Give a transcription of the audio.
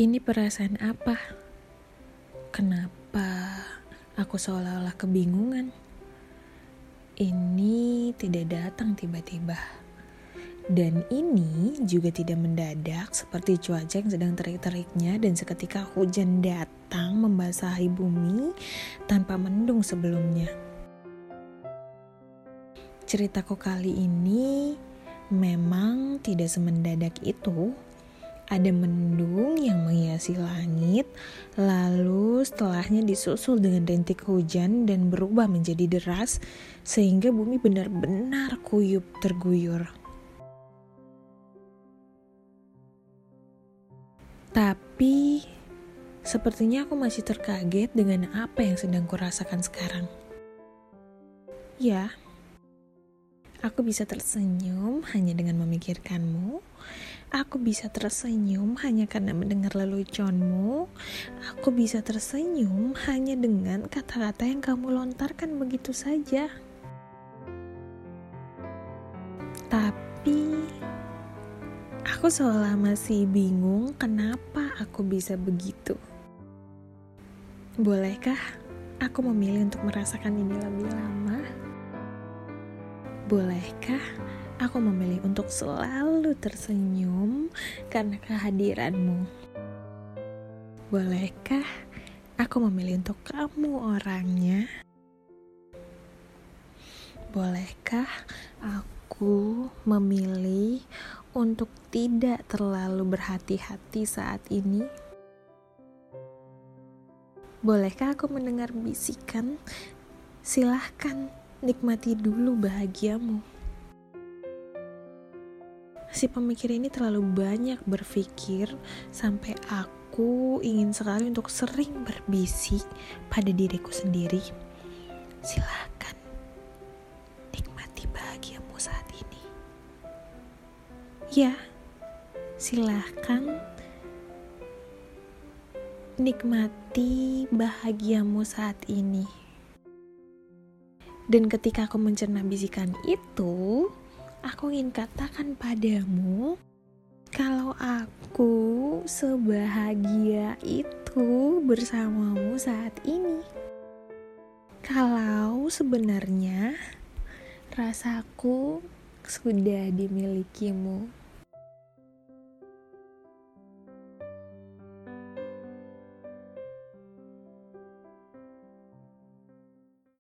Ini perasaan apa? Kenapa aku seolah-olah kebingungan? Ini tidak datang tiba-tiba. Dan ini juga tidak mendadak seperti cuaca yang sedang terik-teriknya dan seketika hujan datang membasahi bumi tanpa mendung sebelumnya. Ceritaku kali ini memang tidak semendadak itu. Ada mendung yang menghiasi langit, lalu setelahnya disusul dengan rintik hujan dan berubah menjadi deras, sehingga bumi benar-benar kuyup terguyur. Tapi, sepertinya aku masih terkaget dengan apa yang sedang kurasakan sekarang. Ya, aku bisa tersenyum hanya dengan memikirkanmu. Aku bisa tersenyum hanya karena mendengar leluconmu. Aku bisa tersenyum hanya dengan kata-kata yang kamu lontarkan begitu saja. Tapi, aku seolah masih bingung kenapa aku bisa begitu. Bolehkah aku memilih untuk merasakan ini lebih lama? Bolehkah aku memilih untuk selalu tersenyum karena kehadiranmu? Bolehkah aku memilih untuk kamu orangnya? Bolehkah aku memilih untuk tidak terlalu berhati-hati saat ini? Bolehkah aku mendengar bisikan? Silahkan nikmati dulu bahagiamu. Si pemikir ini terlalu banyak berpikir sampai aku ingin sekali untuk sering berbisik pada diriku sendiri. Silakan nikmati bahagiamu saat ini. Ya, silakan nikmati bahagiamu saat ini. Dan ketika aku mencerna bisikan itu, aku ingin katakan padamu kalau aku sebahagia itu bersamamu saat ini. Kalau sebenarnya rasaku sudah dimilikimu.